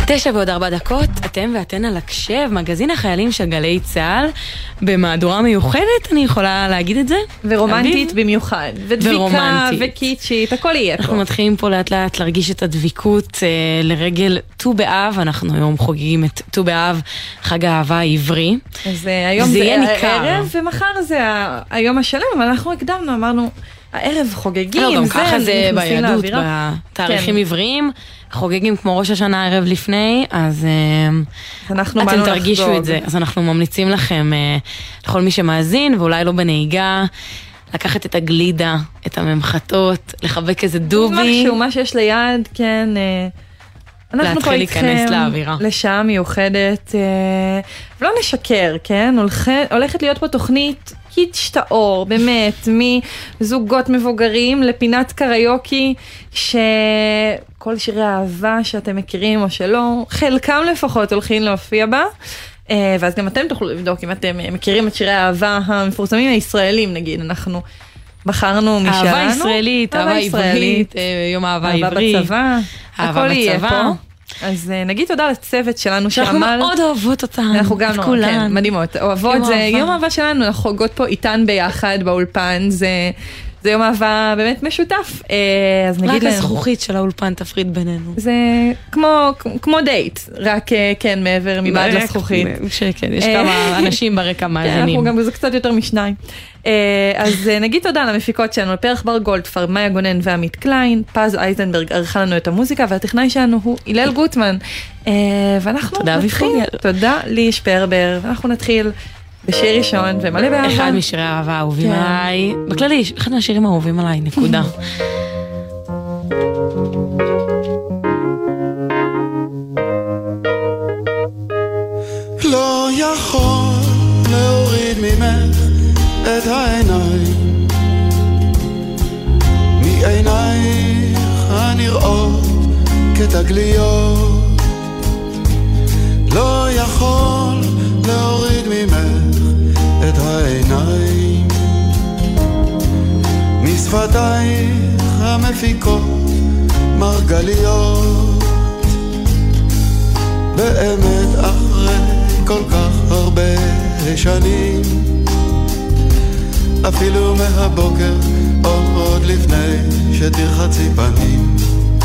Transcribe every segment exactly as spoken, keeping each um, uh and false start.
תשע ועוד ארבע דקות, אתם ואתן על הקשב, מגזין החיילים של גלי צהל, במהדורה מיוחדת, אני יכולה להגיד את זה? ורומנטית במיוחד, ודביקה וקיצ'ית, הכל יהיה פה. אנחנו מתחילים פה לאט לאט להרגיש את הדביקות אה, לרגל ט"ו באב, אנחנו היום חוגגים את ט"ו באב, חג האהבה העברי. אז אה, היום זה, זה הערב, ומחר זה היום השלם, אבל אנחנו הקדמנו, אמרנו, הערב חוגגים, לא, גם זה, ככה זה ביהדות, בתאריכים כן. עבריים, חוגגים כמו ראש השנה הערב לפני, אז אנחנו אתם תרגישו לחגוג. את זה. אז אנחנו ממליצים לכם, לכל מי שמאזין, ואולי לא בנהיגה, לקחת את הגלידה, את הממחטות, לחבק איזה דובי. משהו, מה שיש ליד, כן. אנחנו פה איתכם לשעה מיוחדת, ולא נשקר, כן? הולכת להיות פה תוכנית קיץ' טהור, באמת, מזוגות מבוגרים לפינת קריוקי, שכל שירי האהבה שאתם מכירים או שלא, חלקם לפחות הולכים להופיע בה, ואז גם אתם תוכלו לבדוק אם אתם מכירים את שירי האהבה המפורסמים הישראלים, נגיד, אנחנו בחרנו משלנו. אהבה ישראלית, אהבה עברית, יום אהבה עברי. אהבה בצבא, הכל יהיה פה. אז נגיד תודה לצוות שלנו שעמל. אנחנו מאוד אוהבות אותן. אנחנו גם נורא, כן, מדהימות. אוהבות, זה יום אהבה שלנו, אנחנו חוגגות פה איתן ביחד באולפן, זה... זה יום אהבה באמת משותף. אז נגיד רק הזכוכית של האולפן תפריד בינינו. זה כמו, כמו דייט, רק כן מעבר מבעד לזכוכית. שכן, יש כמה אנשים ברקע מאזינים. אנחנו גם זה קצת יותר משניים. אז נגיד תודה למפיקות שלנו, לפרח בר גולדפר, מאיה גונן ועמית קליין, פז אייזנברג ערכה לנו את המוזיקה, והטכנאי שלנו הוא הלל גוטמן. ואנחנו נתחיל. תודה לי שפרבר, ואנחנו נתחיל בשיר ראשון ומלא באהבה. אחד משירי האהבה האהובים עליי. בכללי, אחד מהשירים האהובים עליי, נקודה. לא יכול להוריד ממך את העיניים, מעינייך הנראות כתגליות. לא יכול להוריד ממך את העיניים, משפתייך המפיקות מרגליות. באמת אחרי כל כך הרבה שנים, אפילו מהבוקר עוד לפני שתרחצי פנים,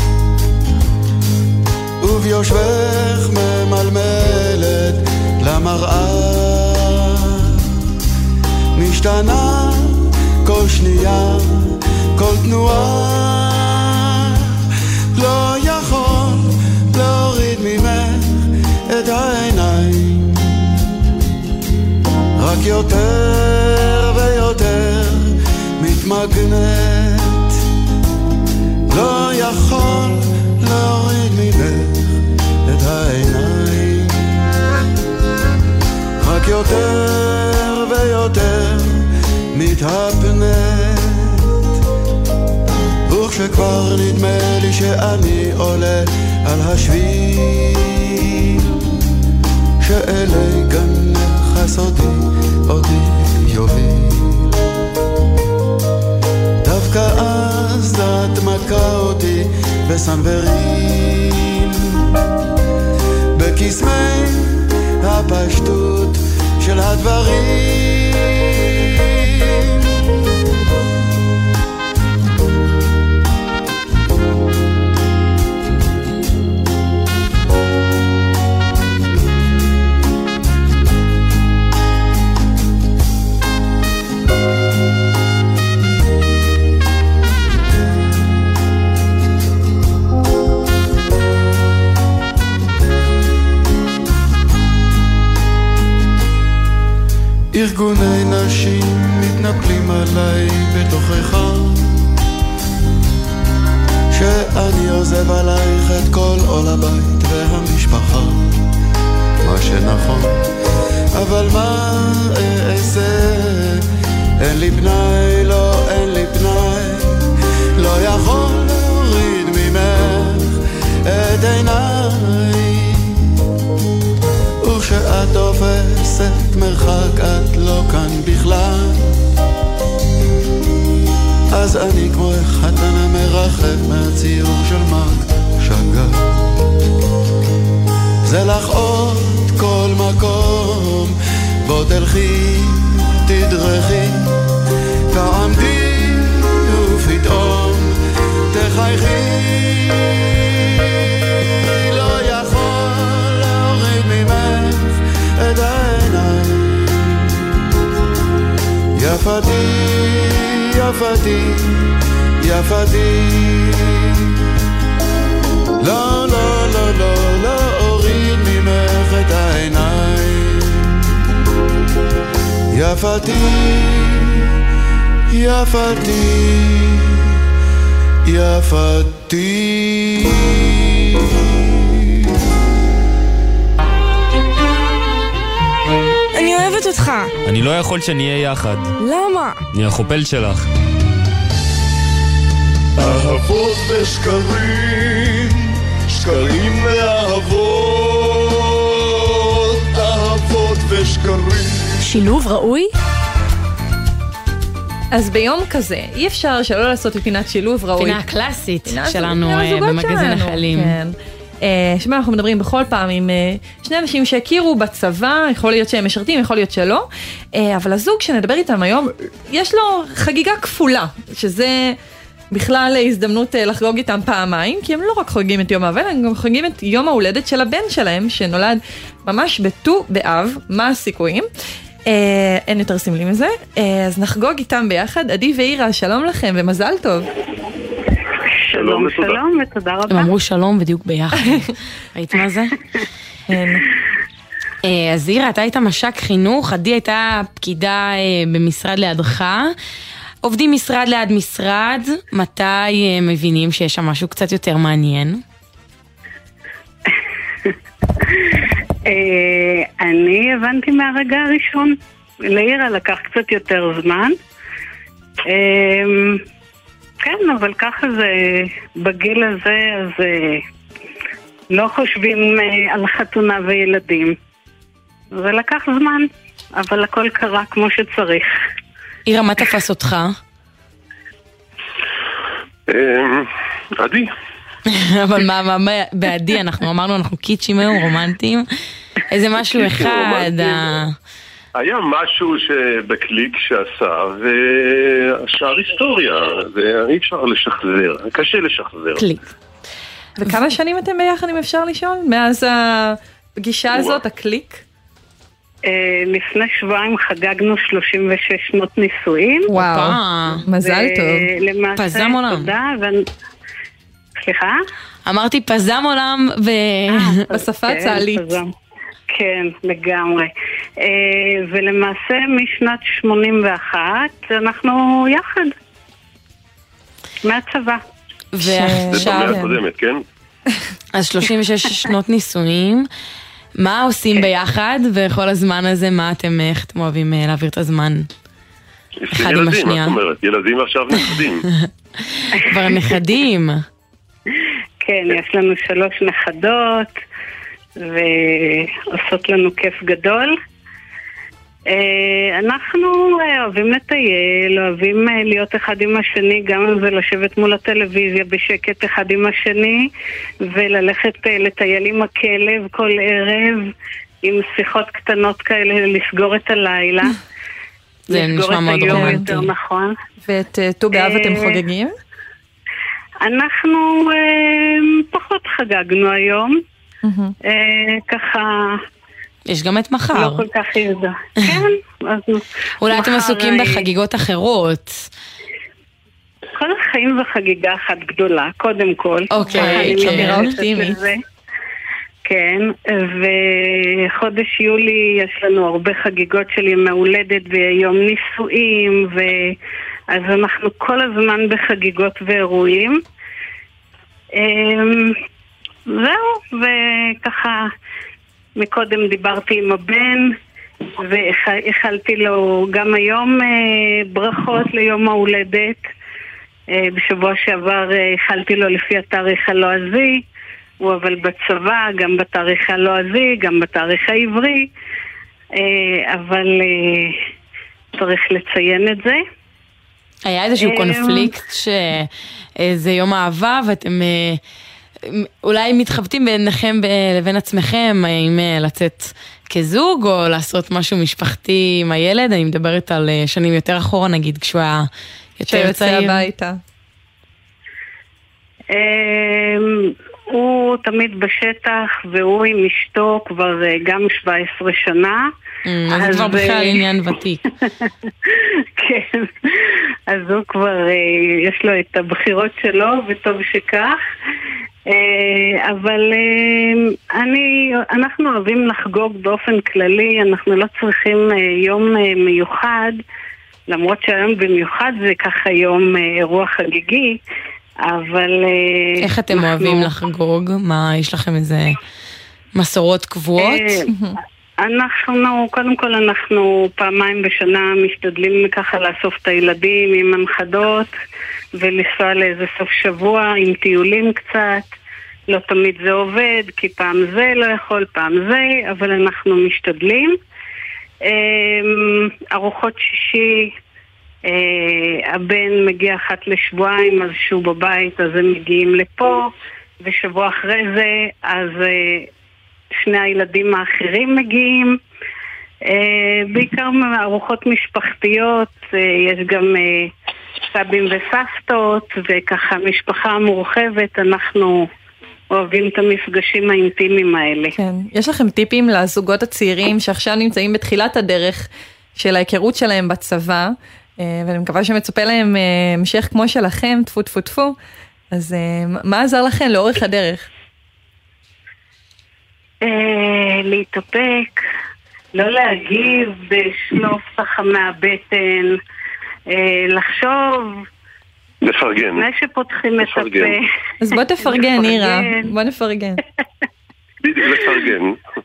וביושבך ממלמלת למראה, משתנה כל שנייה, כל תנועה. לא יכול להוריד ממך את העיניים, רק יותר ויותר מתמגנת. לא יכול להוריד ממך את העיניים, רק יותר ויותר מתהפנת. וכשכבר נדמה לי שאני עולה על השביל, שאלי גנך הסודי אותי יוביל, דווקא אז את מכה אותי בסנוורים, בקסמי הפשטות של הדברים. ארגוני נשים מתנפלים עליי בתוכך, שאני עוזב עלייך את כל עול הבית והמשפחה. מה שנכון, אבל מה אעשה? אין לי פנאי, לא אין לי פנאי, לא יכול להוריד ממך את עיניי. וכשאת תופסת מרחק את לא כאן בכלל, אז אני כמו חתן המרחב מהציור של מרק שגר. זה לך עוד כל מקום, בוא תלכי, תדרכי, תעמדי ופתאום תחייכי. לא יכול להוריד ממך את העיניים, יפתי, יפתי, יפתי. לא, לא, לא, לא, לא אוריד ממך את העיניים, יפתי, יפתי, יפתי. אני אוהבת אותך. אני לא יכול שנהיה יחד. למה? אני החופל שלך. אהבות ושקרים, שקרים ואהבות, אהבות ושקרים. שילוב ראוי? אז ביום כזה אי אפשר שלא לעשות את פינת שילוב ראוי. פינה הקלאסית שלנו במגזין החלים. כן. שמה אנחנו מדברים בכל פעם עם שני אנשים שהכירו בצבא, יכול להיות שהם משרתים, יכול להיות שלא, אבל הזוג שנדבר איתם היום, יש לו חגיגה כפולה, שזה בכלל הזדמנות לחגוג איתם פעמיים, כי הם לא רק חוגגים את יום האבל, הם גם חוגגים את יום ההולדת של הבן שלהם, שנולד ממש בט"ו באב. מה הסיכויים? אה, אין יותר סמלי מזה. אה, אז נחגוג איתם ביחד. עדי ואירה, שלום לכם ומזל טוב. שלום ושלום ותודה רבה. הם אמרו שלום בדיוק ביחד. ראית מה זה? אז אירה, אתה היית מש"ק חינוך, עדי הייתה פקידה במשרד לידך. עובדים משרד ליד משרד, מתי מבינים שיש שם משהו קצת יותר מעניין? אני הבנתי מהרגע הראשון. לאירה לקח קצת יותר זמן. כן, אבל ככה זה, בגיל הזה, אז לא חושבים על חתונה וילדים. זה לקח זמן, אבל הכל קרה כמו שצריך. אירה, מה תפס אותך? עדי. אבל מה, מה, בעדי, אנחנו אמרנו, אנחנו קיצ'ים היום, רומנטיים. איזה משהו אחד. היה משהו שבקליק שעשה, והשאר היסטוריה, ואי אפשר לשחזר, קשה לשחזר. קליק. וכמה שנים אתם ביחד, אם אפשר לשאול? מאז הפגישה הזאת, הקליק? לפני שבועיים חגגנו שלושים ושש שנות נישואים. וואו, מזל טוב. פזם עולם. סליחה? אמרתי פזם עולם בשפה הצה"לית. כן, לגמרי. ולמעשה משנת שמונים ואחת אנחנו יחד. מהצבא. ועכשיו... כן? אז שלושים ושש שנות נישואים. מה עושים ביחד, וכל הזמן הזה, מה אתם, איך אתם אוהבים להעביר את הזמן? אחד עם השנייה. מה זאת אומרת? ילדים עכשיו נכדים. כבר נכדים. כן, יש לנו שלוש נכדות, ועושות לנו כיף גדול. אנחנו אוהבים לטייל, אוהבים להיות אחד עם השני, גם אם זה לשבת מול הטלוויזיה בשקט אחד עם השני, וללכת לטייל עם הכלב כל ערב, עם שיחות קטנות כאלה, לסגור את הלילה. זה נשמע מאוד רומנטי. נכון. ואת ט"ו באב אתם חוגגים? אנחנו פחות חגגנו היום. ככה... יש גם את מחר. לא כל כך ידע. כן. אולי אתם עסוקים בחגיגות אחרות. כל החיים זה חגיגה אחת גדולה, קודם כל. אוקיי, כנראה אופטימית. כן, וחודש יולי יש לנו הרבה חגיגות של ימי הולדת ויום נישואים, אז אנחנו כל הזמן בחגיגות ואירועים. זהו, וככה... מקודם דיברתי עם הבן והחלתי לו גם היום ברכות ליום ההולדת. בשבוע שעבר החלתי לו לפי התאריך הלועזי, הוא אבל בצבא, גם בתאריך הלועזי, גם בתאריך העברי, אבל צריך לציין את זה. היה איזשהו קונפליקט שזה יום אהבה ואתם אולי מתחבטים ביניכם לבין עצמכם, האם לצאת כזוג או לעשות משהו משפחתי עם הילד? אני מדברת על שנים יותר אחורה, נגיד כשהוא היה יותר צעיר. הביתה. הוא תמיד בשטח, והוא עם אשתו כבר גם שבע עשרה שנה. אז זה כבר בכלל עניין ותיק. כן, אז הוא כבר, יש לו את הבחירות שלו, וטוב שכך. אבל אני, אנחנו אוהבים לחגוג באופן כללי, אנחנו לא צריכים יום מיוחד, למרות שהיום במיוחד זה ככה יום אירוע חגיגי, אבל... איך אתם אנחנו... אוהבים לחגוג? מה, יש לכם איזה מסורות קבועות? אנחנו, קודם כל אנחנו פעמיים בשנה משתדלים ככה לאסוף את הילדים עם הנכדות ולנסוע לאיזה סוף שבוע עם טיולים קצת. לא תמיד זה עובד, כי פעם זה לא יכול, פעם זה, אבל אנחנו משתדלים. ארוחות שישי, הבן מגיע אחת לשבועיים, אז שהוא בבית, אז הם מגיעים לפה, ושבוע אחרי זה, אז שני הילדים האחרים מגיעים. בעיקר ארוחות משפחתיות, יש גם סבים וסבתות, וככה משפחה מורחבת, אנחנו אוהבים את המפגשים האינטימיים האלה. כן, יש לכם טיפים לזוגות הצעירים שעכשיו נמצאים בתחילת הדרך של ההיכרות שלהם בצבא, ואני מקווה שמצופה להם המשך כמו שלכם, תפו תפו תפו, אז מה עזר לכם לאורך הדרך? להתאפק, לא להגיב בשלוף ככה מהבטן, לחשוב, לפרגן. לפני שפותחים את הפה. אז בוא תפרגן, נירה, בוא נפרגן. בדיוק לפרגן.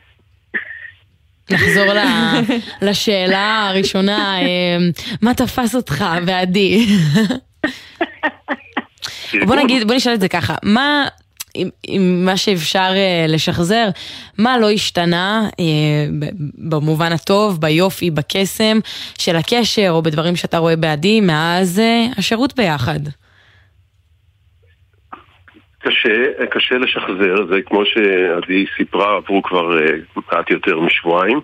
נחזור לשאלה הראשונה, מה תפס אותך ועדי? בוא נגיד, בוא נשאל את זה ככה, מה... עם מה שאפשר לשחזר, מה לא השתנה במובן הטוב, ביופי, בקסם של הקשר, או בדברים שאתה רואה בעדי, מאז השירות ביחד? קשה, קשה לשחזר, זה כמו שעדי סיפרה, עברו כבר מעט יותר משבועיים,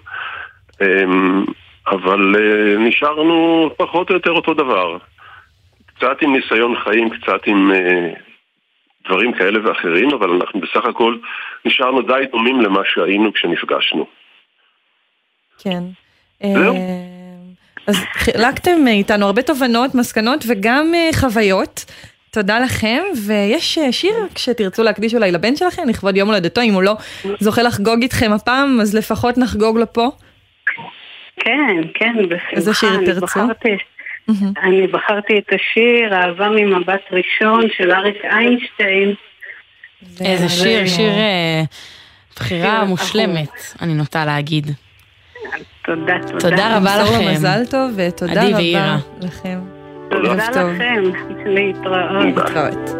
אבל נשארנו פחות או יותר אותו דבר. קצת עם ניסיון חיים, קצת עם... דברים כאלה ואחרים, אבל אנחנו בסך הכל נשארנו די דומים למה שהיינו כשנפגשנו. כן. אז חילקתם איתנו הרבה תובנות, מסקנות וגם חוויות. תודה לכם, ויש שיר כשתרצו להקדיש אולי לבן שלכם, לכבוד יום הולדתו, אם הוא לא זוכה לחגוג איתכם הפעם, אז לפחות נחגוג לו פה. כן, כן, בשמחה. איזה שיר תרצו? אני בחרתי את השיר אהבה ממבט ראשון של אריק איינשטיין. איזה שיר, שיר בחירה מושלמת, אני נוטה להגיד. תודה, תודה. תודה רבה לכם. מזל טוב ותודה רבה לכם. תודה לכם, להתראות. להתראות.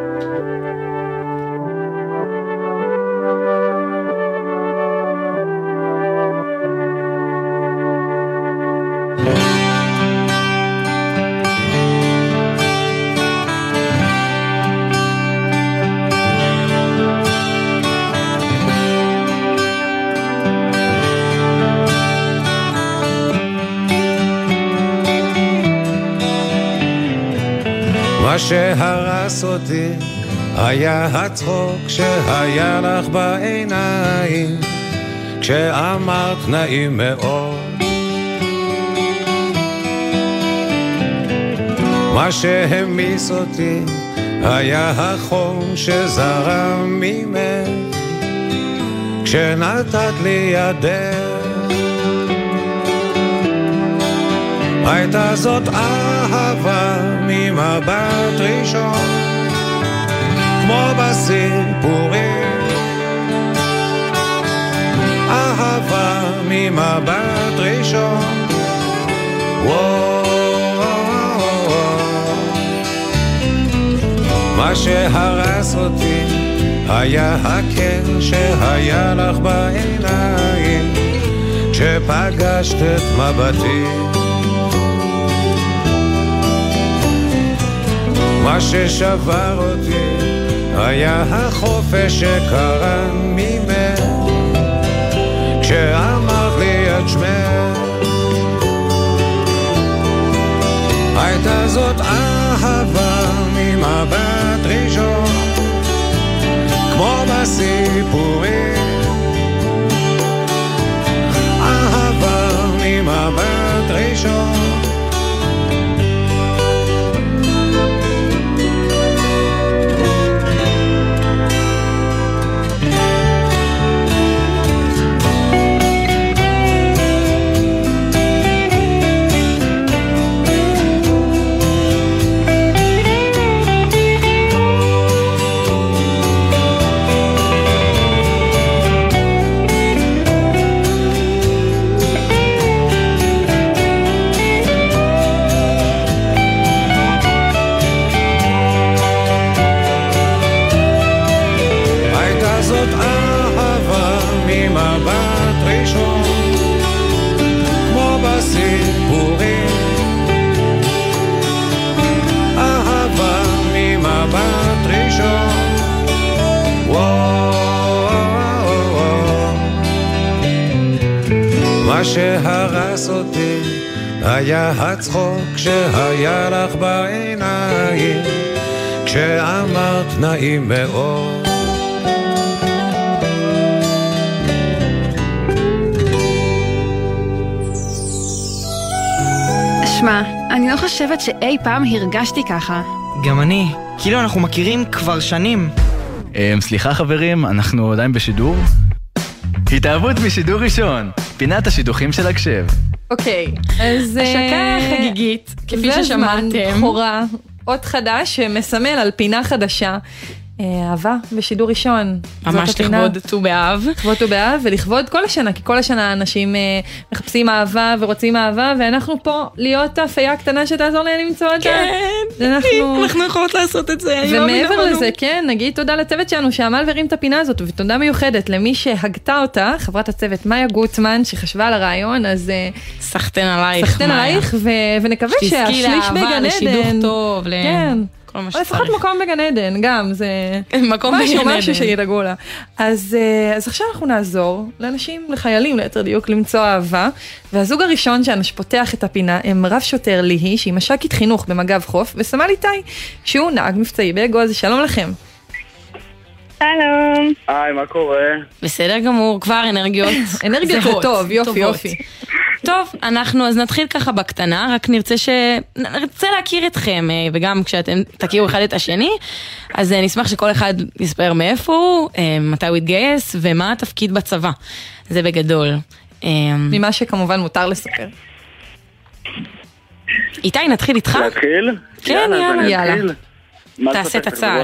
מה שהרס אותי היה הצחוק שהיה לך בעיניים כשאמרת נעים מאוד. מה שהמיס אותי היה החום שזרם ממך כשנתת לי ידך. הייתה זאת אהבה ממבט ראשון כמו בסיפורים, אהבה ממבט ראשון. מה שהרס אותי היה הכן שהיה לך בעיניים כשפגשת את מבטי. מה ששבר אותי היה החופש שקרן ממך כשאמרת לי את שמך. הייתה זאת אהבה ממבט ראשון כמו בסיפורים, אהבה ממבט ראשון. מה שהרס אותי היה הצחוק שהיה לך בעיניים כשאמרת נעים מאוד. שמע, אני לא חושבת שאי פעם הרגשתי ככה. גם אני, כאילו אנחנו מכירים כבר שנים. סליחה חברים, אנחנו עדיין בשידור? התאהבות משידור ראשון, פינת השידוכים של הקשב. אוקיי, אז השקה חגיגית, כפי ששמעתם. בחורה, עוד חדש שמסמל על פינה חדשה. אהבה בשידור ראשון. ממש לכבוד ט"ו באב. לכבוד ט"ו באב ולכבוד כל השנה, כי כל השנה אנשים מחפשים אהבה ורוצים אהבה, ואנחנו פה להיות הפיה הקטנה שתעזור להם למצוא את זה. כן, אנחנו יכולות לעשות את זה. ומעבר לזה, כן, נגיד תודה לצוות שלנו שעמל והרים את הפינה הזאת, ותודה מיוחדת למי שהגתה אותה, חברת הצוות מאיה גוטמן, שחשבה על הרעיון, אז סחטן עלייך. סחטן עלייך, ונקווה שהשליש בגן עדן. כן. או לפחות מקום בגן עדן, גם, זה מקום בגן עדן. משהו שידאגו לה. אז, אז עכשיו אנחנו נעזור לאנשים, לחיילים, ליתר דיוק, למצוא אהבה, והזוג הראשון שפותח את הפינה הם רב שוטר ליהי, שהיא מש"קית חינוך במג"ב חוף, וסמל איתי, שהוא נהג מבצעי באגוז. שלום לכם. שלום. היי, מה קורה? בסדר גמור, כבר אנרגיות. אנרגיות זה טוב, יופי, יופי. טוב, אנחנו אז נתחיל ככה בקטנה, רק נרצה ש... נרצה להכיר אתכם, וגם כשאתם תכירו אחד את השני, אז נשמח שכל אחד יספר מאיפה הוא, מתי הוא התגייס, ומה התפקיד בצבא. זה בגדול. ממה שכמובן מותר לספר. איתי, נתחיל איתך? להתחיל? כן, יאללה. יאללה. תעשה את הצעד.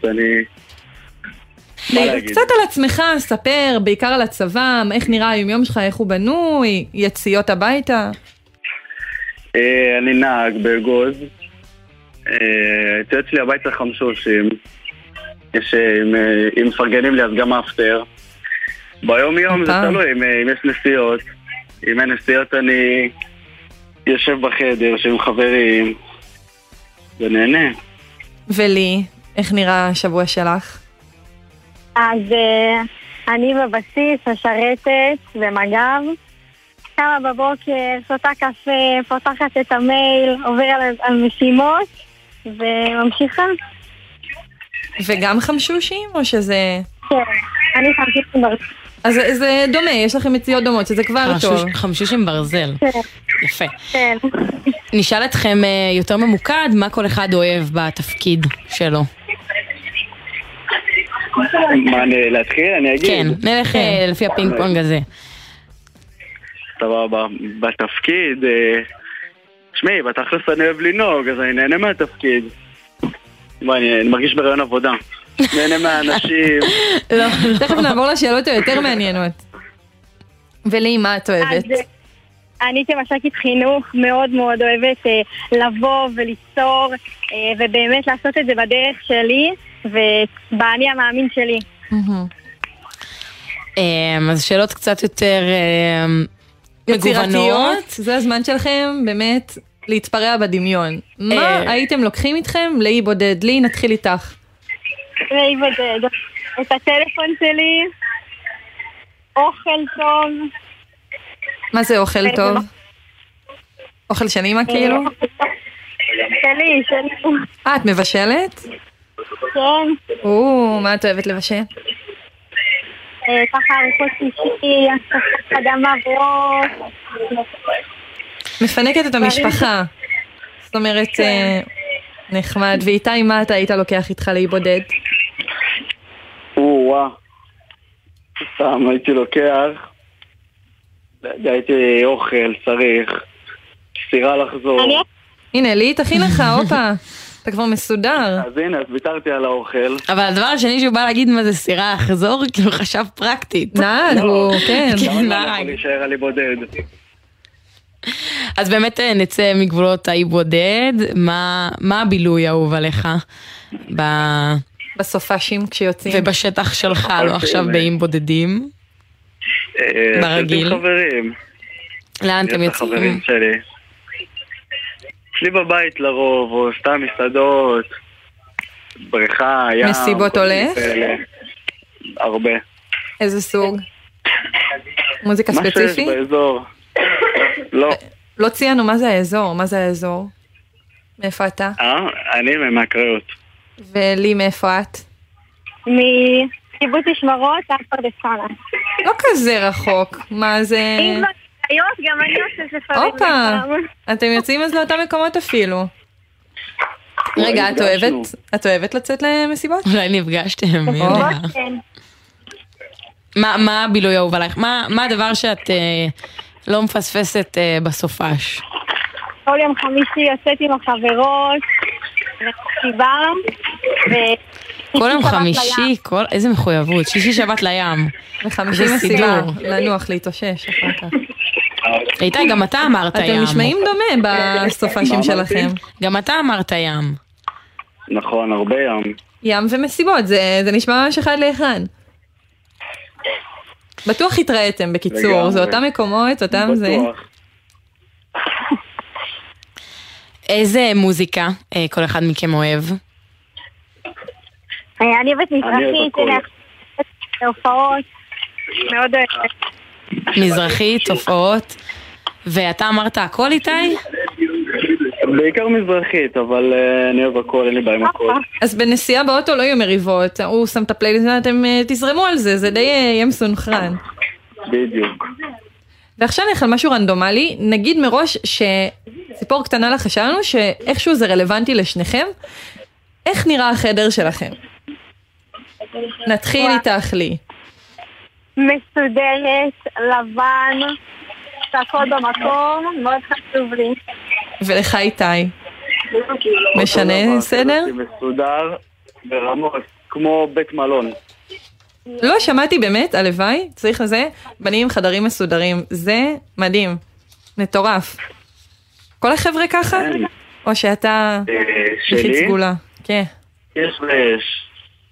קצת על עצמך, ספר, בעיקר על הצבא, איך נראה היומיום שלך, איך הוא בנוי, יציאות הביתה? אני נהג באגוז, יציאות שלי הביתה חמשושים, אם מפרגנים לי אז גם אפטר. ביום יום זה תלוי, אם יש נסיעות, אם אין נסיעות אני יושב בחדר, יושב עם חברים, ונהנה. ולי, איך נראה השבוע שלך? אז uh, אני בבסיס, משרתת במג"ב, קמה בבוקר, שותה קפה, פותחת את המייל, עובר על, על משימות וממשיכה. וגם חמשושים או שזה... כן, אני חמשושים ברזל. אז זה דומה, יש לכם מציאות דומות, שזה כבר טוב. חמשושים ברזל. כן. יפה. כן. נשאל אתכם יותר ממוקד, מה כל אחד אוהב בתפקיד שלו? מה, להתחיל? אני אגיד. כן, נלך לפי הפינג פונג הזה. סבבה, בתפקיד, שמי, בתכלס אני אוהב לנהוג, אז אני נהנה מהתפקיד. אני מרגיש ברעיון עבודה. נהנה מהאנשים. לא, תכף נעבור לשאלות היותר מעניינות. ולי, מה את אוהבת? אני כמש"קית חינוך מאוד מאוד אוהבת לבוא וליצור, ובאמת לעשות את זה בדרך שלי. ובאני המאמין שלי. אז שאלות קצת יותר מגוונות. זה הזמן שלכם באמת להתפרע בדמיון. מה הייתם לוקחים איתכם? לאי בודד, לי נתחיל איתך. להיבודד. את הטלפון שלי, אוכל טוב. מה זה אוכל טוב? אוכל של אמא כאילו? שלי, שלי. אה, את מבשלת? כן. או, מה את אוהבת לבשל? ככה ארוחות שישי, אדם עברות. מפנקת את המשפחה. זאת אומרת, נחמד. ואיתי, מה אתה היית לוקח איתך להיבודד? או, וואו. סתם, הייתי לוקח. הייתי אוכל, צריך. סירה לחזור. הנה, לי תכין לך, אופה. אתה כבר מסודר. אז הנה, אז ויתרתי על האוכל. אבל הדבר השני שהוא בא להגיד מה זה סירה לחזור, כאילו חשב פרקטית. נהג, הוא, כן. למה אני יכול להישאר על בודד? אז באמת נצא מגבולות האי בודד, מה הבילוי האהוב עליך? בסופשים כשיוצאים. ובשטח שלך, לא עכשיו באיים בודדים? ברגיל. יש חברים. לאן אתם יוצאים? חברים שלי. שלי בבית לרוב, או סתם מסעדות, בריכה, ים. מסיבות הולך? הרבה. איזה סוג? מוזיקה ספציפית? מה שיש באזור. לא. לא ציינו מה זה האזור, מה זה האזור? מאיפה אתה? אה, אני מהקריות. ולי מאיפה את? מקיבוץ משמרות, עד פרדס חנה. לא כזה רחוק, מה זה? אם בקריות, גם אני עושה לפעמים. הופה, אתם יוצאים אז לאותם מקומות אפילו. רגע, את אוהבת? את אוהבת לצאת למסיבות? אולי נפגשתם. מה הבילוי האהוב עלייך? מה הדבר שאת לא מפספסת בסופש? כל יום חמישי יוצאת עם החברות, לחשיבה, כל יום חמישי, איזה מחויבות, שישי שבת לים. וחמישי מסיבה, לנוח, להתאושש אחר כך. איתי, גם אתה אמרת ים. אתם נשמעים דומה בסופשים שלכם. גם אתה אמרת ים. נכון, הרבה ים. ים ומסיבות, זה נשמע ממש אחד לאחד. בטוח התראיתם בקיצור, זה אותם מקומות, אותם זה. איזה מוזיקה כל אחד מכם אוהב? אני אוהבת מזרחית, הופעות, מאוד אוהבת. מזרחית, הופעות, ואתה אמרת הכל איתי? בעיקר מזרחית, אבל אני אוהב הכל, אין לי בעיה עם הכל. אז בנסיעה באוטו לא יהיו מריבות, הוא שם את הפלייליסט, אתם תזרמו על זה, זה די יהיה מסונכרן. בדיוק. ועכשיו נלך על משהו רנדומלי, נגיד מראש שציפור קטנה לך שאלנו, שאיכשהו זה רלוונטי לשניכם, איך נראה החדר שלכם? נתחיל איתך לי. מסודרת, לבן, הכל במקום, מאוד חשוב לי. ולך איתי? משנה סדר? מסודר ברמות, כמו בית מלון. לא, שמעתי באמת, הלוואי, צריך לזה, בנים עם חדרים מסודרים, זה מדהים, מטורף. כל החבר'ה ככה? או שאתה יחיד סגולה? כן. יש ויש.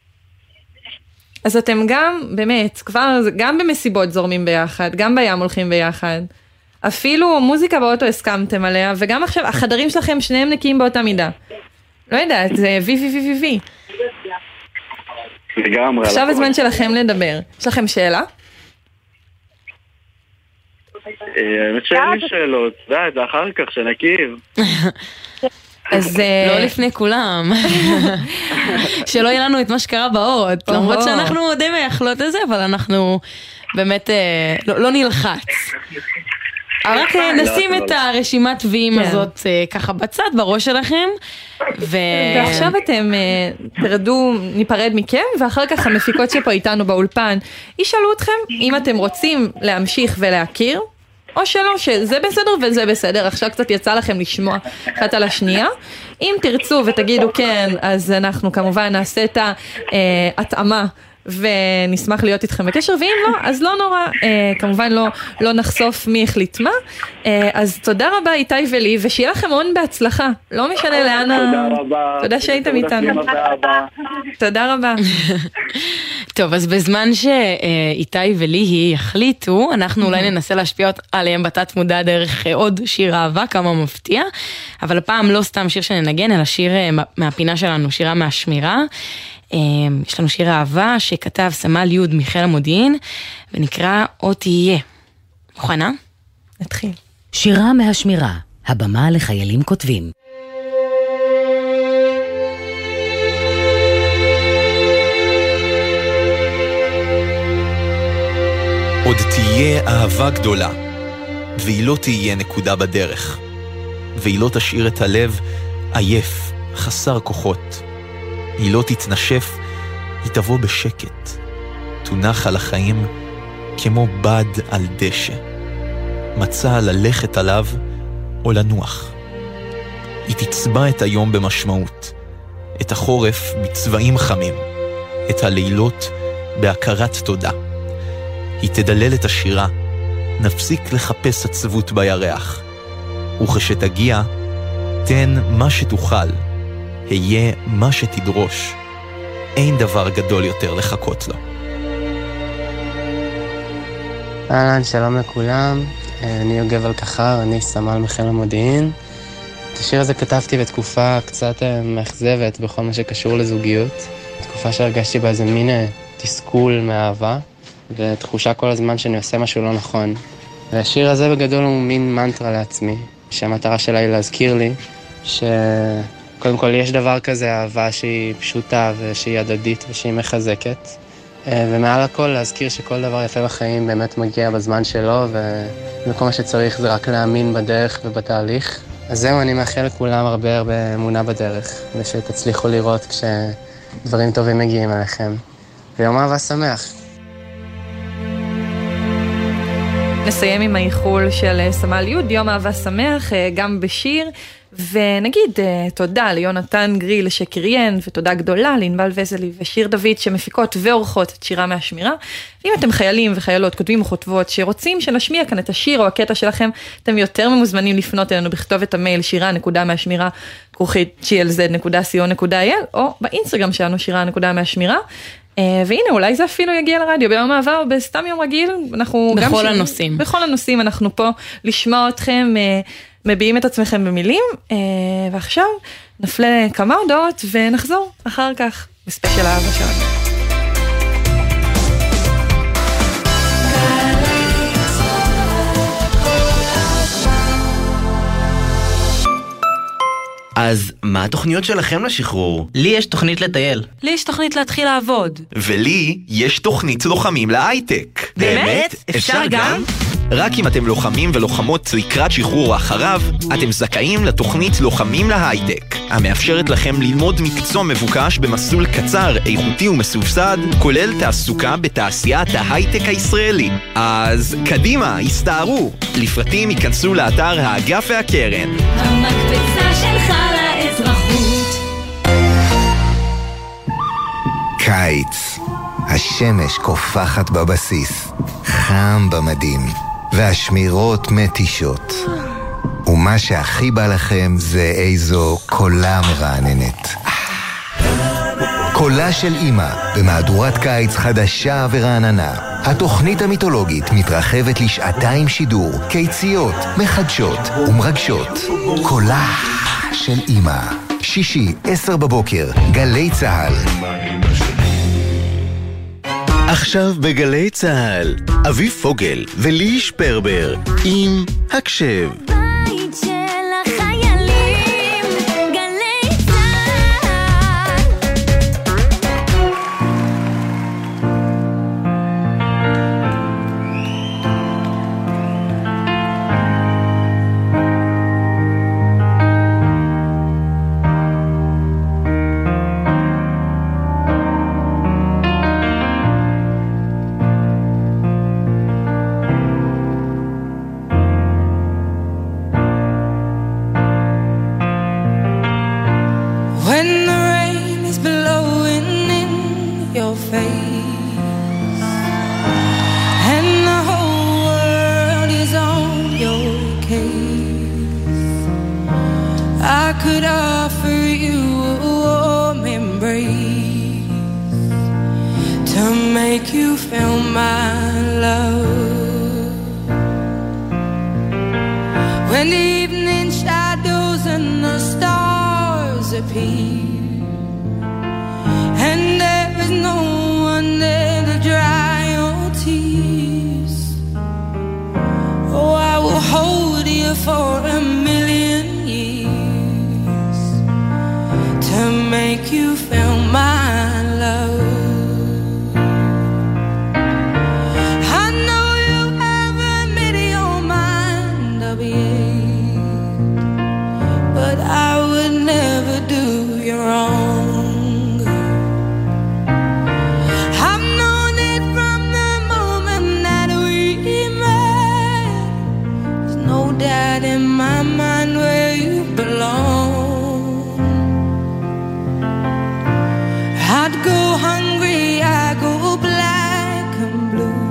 אז אתם גם, באמת, כבר, גם במסיבות זורמים ביחד, גם בים הולכים ביחד. אפילו מוזיקה באוטו הסכמתם עליה, וגם עכשיו, החדרים שלכם שניהם נקיים באותה מידה. לא יודעת, זה וי וי וי וי וי. לגמרי. עכשיו הזמן שלכם לדבר. יש לכם שאלה? האמת שאין לי שאלות, די, זה אחר כך שנקיב. אז לא לפני כולם. שלא יהיה לנו את מה שקרה באות, למרות שאנחנו די מייחלות לזה, אבל אנחנו באמת לא נלחץ. רק נשים את הרשימת ויים הזאת ככה בצד, בראש שלכם. ועכשיו אתם תרדו, ניפרד מכם, ואחר כך המפיקות שפה איתנו באולפן ישאלו אתכם אם אתם רוצים להמשיך ולהכיר, או שלא, שזה בסדר וזה בסדר, עכשיו קצת יצא לכם לשמוע אחת על השנייה. אם תרצו ותגידו כן, אז אנחנו כמובן נעשה את ההתאמה, ונשמח להיות איתכם בקשר, ואם לא, אז לא נורא, אה, כמובן לא, לא נחשוף מי החליט מה, אה, אז תודה רבה איתי ולי, ושיהיה לכם הון בהצלחה, לא משנה לאן, תודה רבה, תודה שהייתם איתנו, תודה רבה. טוב, אז בזמן שאיתי ולי יחליטו, אנחנו אולי ננסה להשפיע עליהם בתת מודע דרך עוד שיר אהבה, כמה מפתיע, אבל הפעם לא סתם שיר שננגן, אלא שיר מהפינה שלנו, שירה מהשמירה, יש לנו שיר אהבה שכתב סמל יוד מחיל המודיעין, ונקרא עוד תהיה. מוכנה? נתחיל. שירה מהשמירה, הבמה לחיילים כותבים. עוד תהיה אהבה גדולה, והיא לא תהיה נקודה בדרך, והיא לא תשאיר את הלב עייף, חסר כוחות. היא לא תתנשף, היא תבוא בשקט, תונח על החיים כמו בד על דשא, מצא ללכת עליו או לנוח. היא תצבע את היום במשמעות, את החורף בצבעים חמים, את הלילות בהכרת תודה. היא תדלל את השירה, נפסיק לחפש עצבות בירח, וכשתגיע, תן מה שתוכל, היה מה שתדרוש. אין דבר גדול יותר לחכות לו. אהלן, שלום לכולם. אני יוגב אלקחר, אני סמל מחיל המודיעין. את השיר הזה כתבתי בתקופה קצת מאכזבת בכל מה שקשור לזוגיות. תקופה שהרגשתי באיזה מין תסכול מאהבה, ותחושה כל הזמן שאני עושה משהו לא נכון. והשיר הזה בגדול הוא מין מנטרה לעצמי, שהמטרה שלה היא להזכיר לי שקודם כל יש דבר כזה, אהבה שהיא פשוטה ושהיא הדדית ושהיא מחזקת. ומעל הכל להזכיר שכל דבר יפה בחיים באמת מגיע בזמן שלו, וכל מה שצריך זה רק להאמין בדרך ובתהליך. אז זהו, אני מאחל לכולם הרבה הרבה אמונה בדרך, ושתצליחו לראות כשדברים טובים מגיעים אליכם. ויום אהבה שמח. נסיים עם האיחול של סמל יוד, יום אהבה שמח, גם בשיר, ונגיד תודה ליונתן גריל שקריין, ותודה גדולה לענבל וזלי ושיר דוד שמפיקות ועורכות את שירה מהשמירה. ואם אתם חיילים וחיילות, כותבים וכותבות שרוצים שנשמיע כאן את השיר או הקטע שלכם, אתם יותר ממוזמנים לפנות אלינו בכתובת המייל שירה נקודה מהשמירה כרוכית ג'י אל זד נקודה סי או נקודה איי אל, או באינסטגרם שלנו שירה נקודה מהשמירה. והנה, אולי זה אפילו יגיע לרדיו ביום אהבה או בסתם יום רגיל. אנחנו בכל גם הנושאים. ש... בכל הנושאים אנחנו פה לשמוע אתכם, מביעים את עצמכם במילים, ועכשיו נפלה כמה הודעות ונחזור אחר כך בספיישל האהבה שלנו. אז מה התוכניות שלכם לשחרור? לי יש תוכנית לטייל. לי יש תוכנית להתחיל לעבוד. ולי יש תוכנית לוחמים להייטק. באמת? אפשר גם? רק אם אתם לוחמים ולוחמות לקראת שחרור אחריו, אתם זכאים לתוכנית לוחמים להייטק, המאפשרת לכם ללמוד מקצוע מבוקש במסלול קצר, איכותי ומסובסד, כולל תעסוקה בתעשיית ההייטק הישראלי. אז קדימה, הסתערו. לפרטים ייכנסו לאתר האגף והקרן. המקבצה שלך לאזרחות. קיץ. השמש קופחת בבסיס, חם במדים, והשמירות מתישות. ומה שהכי בא לכם זה איזו קולה מרעננת. קולה של אמא, במהדורת קיץ חדשה ורעננה. התוכנית המיתולוגית מתרחבת לשעתיים שידור, קיציות, מחדשות ומרגשות. קולה של אמא. שישי, עשר בבוקר, גלי צהל. עכשיו בגלי צהל, אביב פוגל ולי שפרבר עם הקשב. בית של החיילים, גלי צהל. And you feel my love. I know you haven't made your mind up yet, but I would never do you wrong. I've known it from the moment that we met. There's no doubt in my mind where you belong. I'd go hungry, I go black and blue,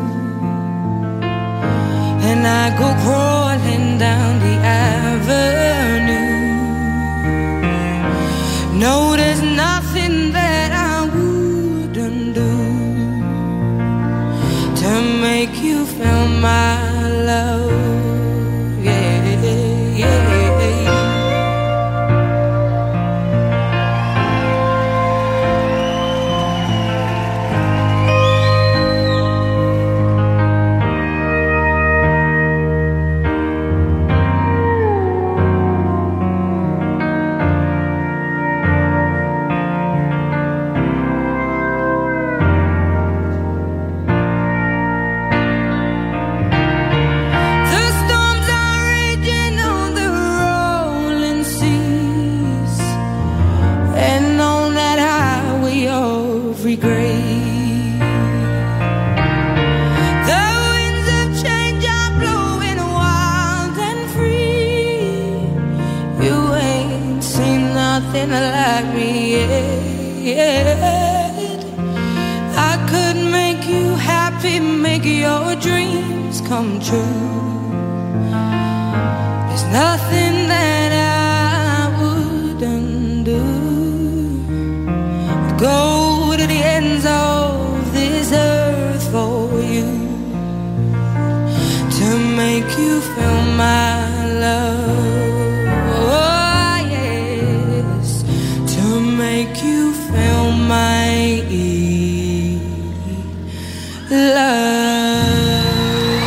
and I go crawling down the avenue. No, there's nothing that I wouldn't do to make you feel my love. Yeah, yeah. Like me yet. I could make you happy, make your dreams come true. There's nothing that I wouldn't do. I'd go to the ends of this earth for you, to make you feel my love. Make you feel my love.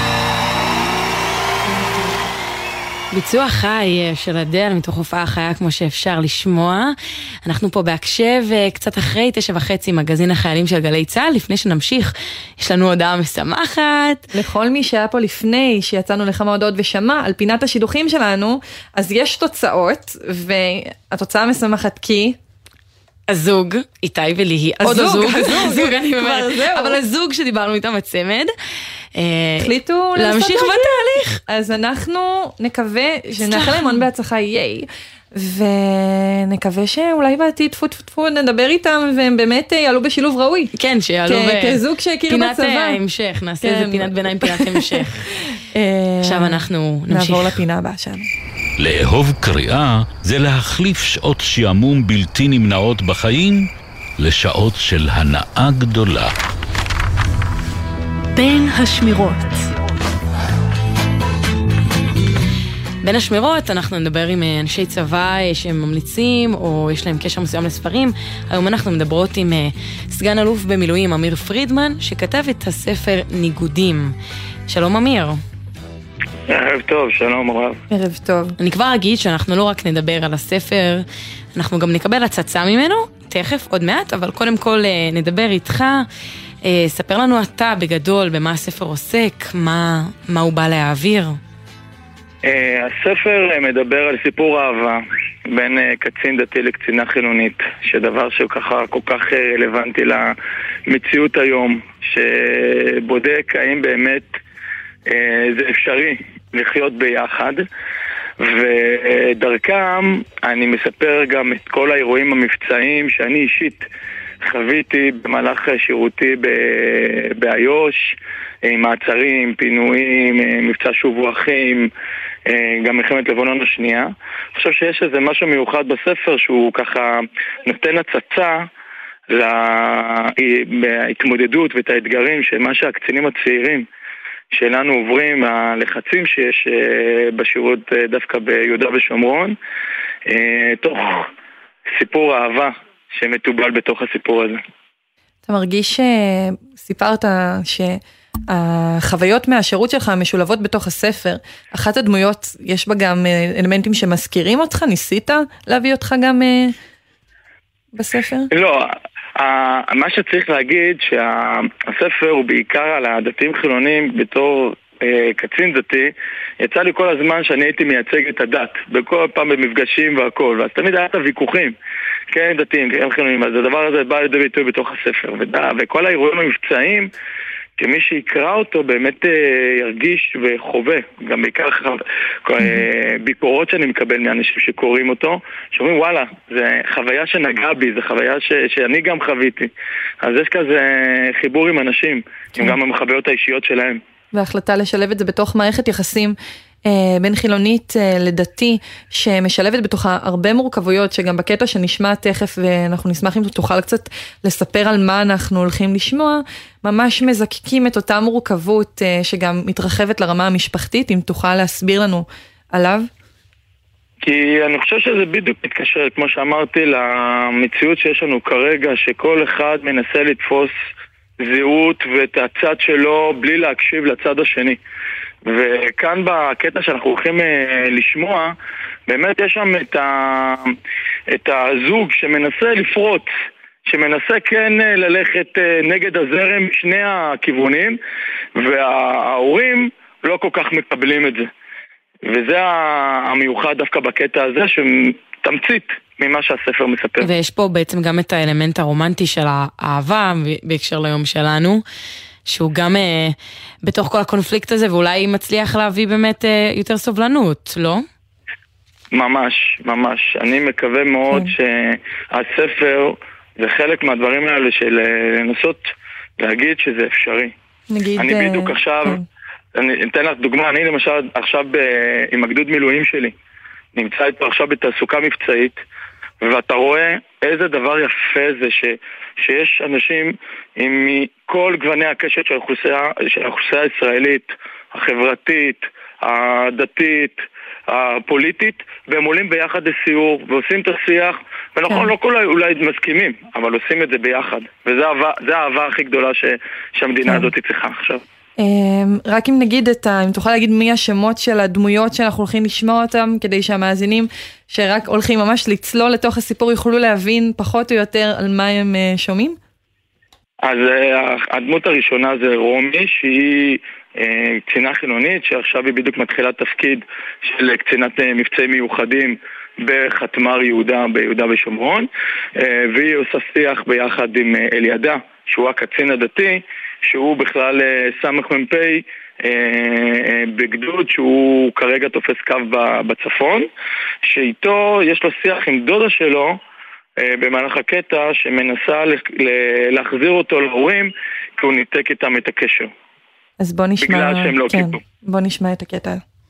ביצוע חי של אדל מתוך הופעה חיה כמו שאפשר לשמוע. אנחנו פה בהקשב קצת אחרי תשע וחצי מגזין החיילים של גלי צהל. לפני שנמשיך, יש לנו הודעה משמחת לכל מי שהיה פה לפני שיצאנו לכמה הודעות ושמע על פינת השידוכים שלנו. אז יש תוצאות, והתוצאה משמחת כי הזוג, איתי ולי, עוד הזוג, הזוג, אני אומרת, אבל הזוג שדיברנו איתם הצמד, החליטו להמשיך בתהליך. אז אנחנו נקווה שנאחל להם המון בהצלחה, ייי, ונקווה שאולי בעתיד טפו טפו טפו נדבר איתם והם באמת יעלו בשילוב ראוי. כן, שיעלו כזוג שהכיר בצבא. פינת ההמשך, נעשה איזה פינת ביניים, פינת המשך. עכשיו אנחנו נמשיך. נעבור לפינה הבאה שלנו. לאהוב קריאה זה להחליף שעות שעמום בלתי נמנעות בחיים לשעות של הנאה גדולה. בין השמירות. בין השמירות אנחנו נדבר עם אנשי צבא שהם ממליצים או יש להם קשר מסוים לספרים. היום אנחנו מדברות עם סגן אלוף במילואים אמיר פרידמן שכתב את הספר ניגודים. שלום אמיר. ערב טוב, שלום רב. ערב טוב. אני כבר אגיד שאנחנו לא רק נדבר על הספר, אנחנו גם נקבל הצצה ממנו, תכף, עוד מעט, אבל קודם כל נדבר איתך. ספר לנו אתה בגדול במה הספר עוסק, מה, מה הוא בא להעביר. הספר מדבר על סיפור אהבה בין קצין דתי לקצינה חילונית, שדבר שככה כל כך רלוונטי למציאות היום, שבודק האם באמת זה אפשרי לחיות ביחד, ודרכם אני מספר גם את כל האירועים המבצעיים שאני אישית חוויתי במהלך שירותי באיו"ש, עם מעצרים, פינויים, מבצע שובו אחים, גם מלחמת לבנון השנייה. אני חושב שיש איזה משהו מיוחד בספר שהוא ככה נותן הצצה להתמודדות ואת האתגרים של מה שהקצינים הצעירים שלנו עוברים, הלחצים שיש בשירות דווקא ביהודה ושומרון, תוך סיפור אהבה שמטובל בתוך הסיפור הזה. אתה מרגיש שסיפרת שהחוויות מהשירות שלך משולבות בתוך הספר, אחת הדמויות יש בה גם אלמנטים שמזכירים אותך, ניסית להביא אותך גם בספר? לא, מה שצריך להגיד שהספר הוא בעיקר על הדתיים חילונים בתור קצין דתי. יצא לי כל הזמן שאני הייתי מייצג את הדת בכל פעם במפגשים והכל, ואז תמיד היה את הוויכוחים, כן, דתיים, כן, חילונים. אז הדבר הזה בא לידי ביטוי בתוך הספר, וכל האירועים המבצעיים, כמי שיקרא אותו באמת ירגיש וחווה, גם בעיקר ביקורות שאני מקבל מאנשים שקוראים אותו, שאומרים וואלה, זה חוויה שנגעה בי, זה חוויה ש, שאני גם חוויתי. אז יש כזה חיבור עם אנשים, עם גם המחוויות האישיות שלהם. וההחלטה לשלב את זה בתוך מערכת יחסים אה, בין חילונית אה, לדתי, שמשלבת בתוכה הרבה מורכבויות, שגם בקטע שנשמע תכף, ואנחנו נשמח אם תוכל קצת לספר על מה אנחנו הולכים לשמוע, ממש מזקקים את אותה מורכבות אה, שגם מתרחבת לרמה המשפחתית, אם תוכל להסביר לנו עליו. כי אני חושב שזה בדיוק מתקשר, כמו שאמרתי, למציאות שיש לנו כרגע, שכל אחד מנסה לתפוס זהות ואת הצד שלו בלי להקשיב לצד השני. וכאן בקטע שאנחנו הולכים לשמוע, באמת יש שם את, ה... את הזוג שמנסה לפרוץ, שמנסה כן ללכת נגד הזרם משני הכיוונים, וההורים לא כל כך מקבלים את זה. וזה המיוחד דווקא בקטע הזה, שתמצית ממה שהספר מספר. ויש פה בעצם גם את האלמנט הרומנטי של האהבה, בהקשר ליום שלנו, שהוא גם אה, בתוך כל הקונפליקט הזה, ואולי מצליח להביא באמת אה, יותר סובלנות, לא? ממש, ממש. אני מקווה מאוד כן. שהספר זה חלק מהדברים האלה של לנסות להגיד שזה אפשרי. נגיד... אני בדיוק אה... עכשיו... כן. אני אתן לך דוגמה, אני למשל עכשיו ב, עם הגדוד מילואים שלי, נמצא איתו עכשיו בתעסוקה מבצעית, ואתה רואה איזה דבר יפה זה ש, שיש אנשים עם כל גווני הקשת של האוכלוסייה, של האוכלוסייה הישראלית, החברתית, הדתית, הפוליטית, והם עולים ביחד לסיור ועושים את השיח, ונכון, לא כל אולי מסכימים, אבל עושים את זה ביחד, וזה האהבה הכי גדולה ש, שהמדינה הזאת צריכה עכשיו. רק אם נגיד את ה... אם תוכל להגיד מי השמות של הדמויות שאנחנו הולכים לשמוע אותם, כדי שהמאזינים שרק הולכים ממש לצלול לתוך הסיפור יוכלו להבין פחות או יותר על מה הם שומעים? אז הדמות הראשונה זה רומי, שהיא קצינה חילונית, שעכשיו היא בדיוק מתחילה תפקיד של קצינת מבצעים מיוחדים בחתמר יהודה ביהודה ושומרון, והיא עושה שיח ביחד עם אלידה, שהוא הקצין הדתי, שהוא בכלל סמך מ"פ בגדוד, שהוא כרגע תופס קו בצפון, שאיתו יש לו שיח עם דודה שלו במהלך הקטע, שמנסה להחזיר אותו להורים, כי הוא ניתק איתם את הקשר. אז בוא נשמע, בגלל שהם לא כן, קיבלו. בוא נשמע את הקטע.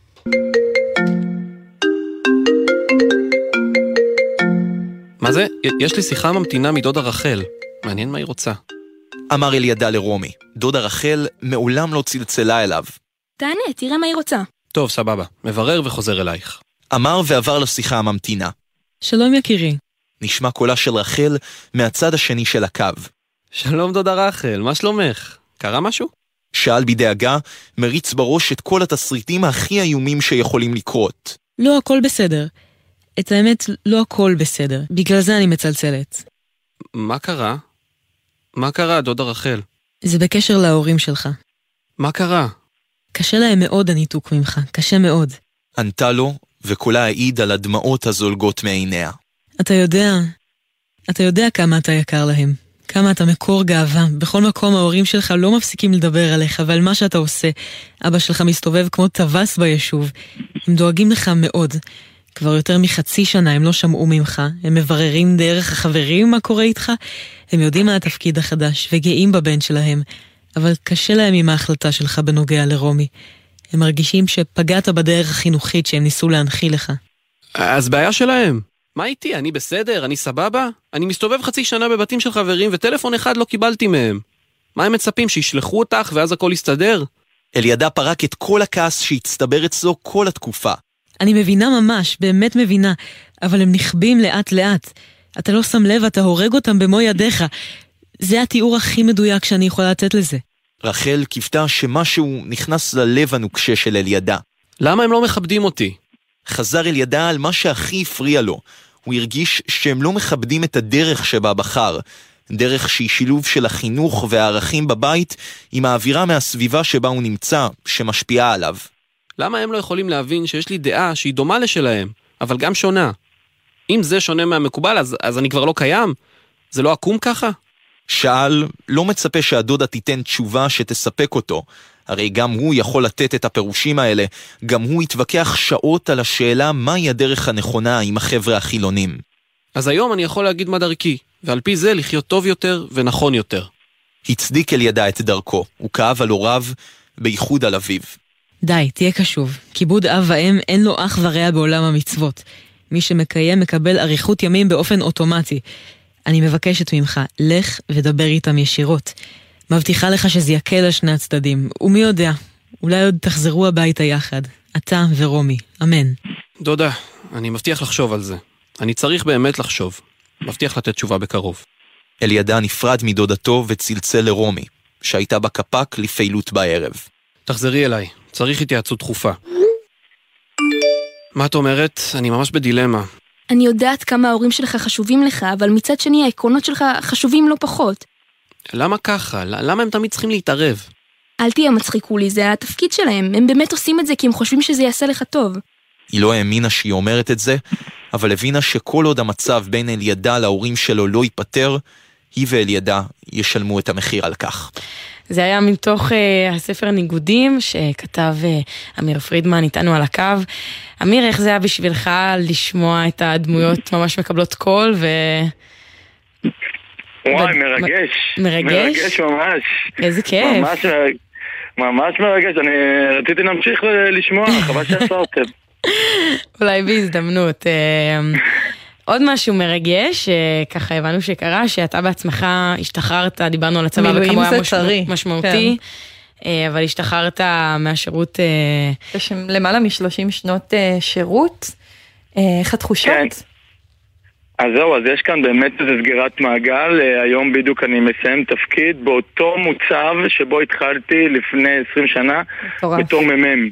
מה זה? יש לי שיחה ממתינה מדודה רחל. מעניין מה היא רוצה. אמר אלידה לרומי. דודה רחל מעולם לא צלצלה אליו. תענה, תראה מה היא רוצה. טוב, סבבה. מברר וחוזר אלייך. אמר ועבר לשיחה הממתינה. שלום יקירי. נשמע קולה של רחל מהצד השני של הקו. שלום דודה רחל, מה שלומך? קרה משהו? שאל בדאגה, מריץ בראש את כל התסריטים הכי איומים שיכולים לקרות. לא הכל בסדר. את האמת, לא הכל בסדר. בגלל זה אני מצלצלת. מה קרה? מה קרה, דודה רחל? זה בקשר להורים שלך. מה קרה? קשה להם מאוד הניתוק ממך, קשה מאוד. ענתה לו, וקולה העיד על הדמעות הזולגות מעיניה. אתה יודע, אתה יודע כמה אתה יקר להם. כמה אתה מקור גאווה. בכל מקום ההורים שלך לא מפסיקים לדבר עליך, ועל מה שאתה עושה. אבא שלך מסתובב כמו טווס ביישוב. הם דואגים לך מאוד. כבר יותר מחצי שנה הם לא שמעו ממך. הם מבררים דרך החברים מה קורה איתך. הם יודעים מה התפקיד החדש, וגאים בבן שלהם. אבל קשה להם עם ההחלטה שלך בנוגע לרומי. הם מרגישים שפגעת בדרך החינוכית שהם ניסו להנחיל לך. אז בעיה שלהם. מה איתי? אני בסדר? אני סבבה? אני מסתובב חצי שנה בבתים של חברים וטלפון אחד לא קיבלתי מהם. מה הם מצפים? שישלחו אותך ואז הכל יסתדר? אלידה פרק את כל הכעס שהצטבר אצלו כל התקופה. אני מבינה ממש, באמת מבינה, אבל הם נכבים לאט לאט. אתה לא שם לב, אתה הורג אותם במו ידיך. זה התיאור הכי מדויק שאני יכולה לתת לזה. רחל קיוותה שמשהו נכנס ללב הנוקשה של אלידה. למה הם לא מכבדים אותי? חזר אלידה על מה שהכי הפריע לו. הוא הרגיש שהם לא מכבדים את הדרך שבה בחר, דרך שהיא שילוב של החינוך והערכים בבית עם האווירה מהסביבה שבה הוא נמצא, שמשפיעה עליו. למה הם לא יכולים להבין שיש לי דעה שהיא דומה לשלהם, אבל גם שונה? אם זה שונה מהמקובל, אז, אז אני כבר לא קיים? זה לא עקום ככה? שאל, לא מצפה שהדודה תיתן תשובה שתספק אותו. הרי גם הוא יכול לתת את הפירושים האלה, גם הוא יתווכח שעות על השאלה מהי הדרך הנכונה עם החבר'ה החילונים. אז היום אני יכול להגיד מה דרכי, ועל פי זה לחיות טוב יותר ונכון יותר. הצדיק אל ידע את דרכו, הוא כאב על הוריו, בייחוד על אביו. די, תהיה קשוב. כיבוד אב ואם אין לו אח ורע בעולם המצוות. מי שמקיים מקבל אריכות ימים באופן אוטומטי. אני מבקשת ממך, לך ודבר איתם ישירות. מבטיחה לך שזה יקל על שני הצדדים, ומי יודע, אולי עוד תחזרו הביתה יחד, אתה ורומי, אמן. דודה, אני מבטיח לחשוב על זה. אני צריך באמת לחשוב. מבטיח לתת תשובה בקרוב. אלידע נפרד מדודתו וצלצל לרומי, שהייתה בקפק לפעילות בערב. תחזרי אליי, צריך התייעצות דחופה. מה את אומרת? אני ממש בדילמה. אני יודעת כמה ההורים שלך חשובים לך, אבל מצד שני העקרונות שלך חשובים לא פחות. למה ככה? למה הם תמיד צריכים להתערב? אל תהיה מצחיקו לי, זה התפקיד שלהם. הם באמת עושים את זה כי הם חושבים שזה יעשה לך טוב. היא לא האמינה שהיא אומרת את זה, אבל הבינה שכל עוד המצב בין אלידע להורים שלו לא ייפטר, היא ואלידע ישלמו את המחיר על כך. זה היה מתוך uh, הספר ניגודים שכתב uh, אמיר פרידמן איתנו על הקו. אמיר, איך זה היה בשבילך לשמוע את הדמויות ממש מקבלות קול ו... וואי, מרגש. מרגש? מרגש ממש. איזה כיף. ממש, ממש מרגש. אני רציתי להמשיך לשמוע, חבל שעשרתם. אולי בהזדמנות. עוד משהו מרגש, ככה הבנו שקרה, שאתה בעצמך השתחררת, דיברנו על הצבא וכמו היה משמעותי, אבל השתחררת מהשירות... למעלה משלושים שנות שירות, איך התחושות? כן. אז זהו, אז יש כאן באמת איזו סגירת מעגל. היום בדיוק אני מסיים תפקיד באותו מוצב שבו התחלתי לפני עשרים שנה בתור ממם.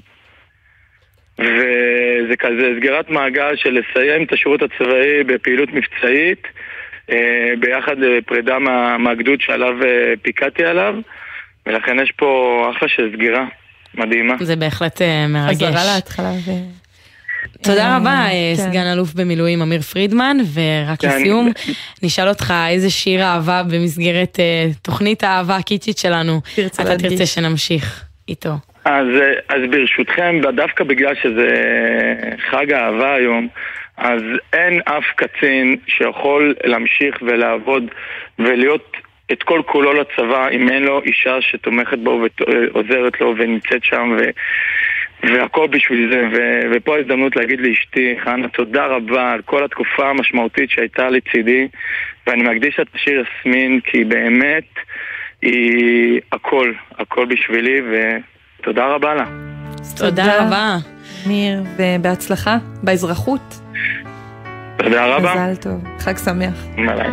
וזה כזה סגירת מעגל של לסיים את השירות הצבאי בפעילות מבצעית ביחד לפרידה מה, מהגדוד שעליו פיקדתי עליו, ולכן יש פה אחלה של סגירה מדהימה. זה בהחלט מרגש. חזרה להתחלה ו... תודה רבה, סגן אלוף במילואים אמיר פרידמן, ורק לסיום, נשאל אותך איזה שיר אהבה במסגרת תוכנית האהבה הקיצ'ית שלנו, אתה תרצה שנמשיך איתו. אז, אז ברשותכם, דווקא בגלל שזה חג האהבה היום, אז אין אף קצין שיכול להמשיך ולעבוד ולהיות את כל כולו לצבא, אם אין לו אישה שתומכת בו ועוזרת לו ונמצאת שם ו... והכל בשביל זה, ו- ופה ההזדמנות להגיד לאשתי, חנה, תודה רבה על כל התקופה המשמעותית שהייתה לצידי, ואני מקדיש את השיר יסמין, כי באמת היא הכל, הכל בשבילי, ותודה רבה לה. תודה רבה. ניר, ובהצלחה באזרחות. תודה רבה. מזל טוב, חג שמח. מלא.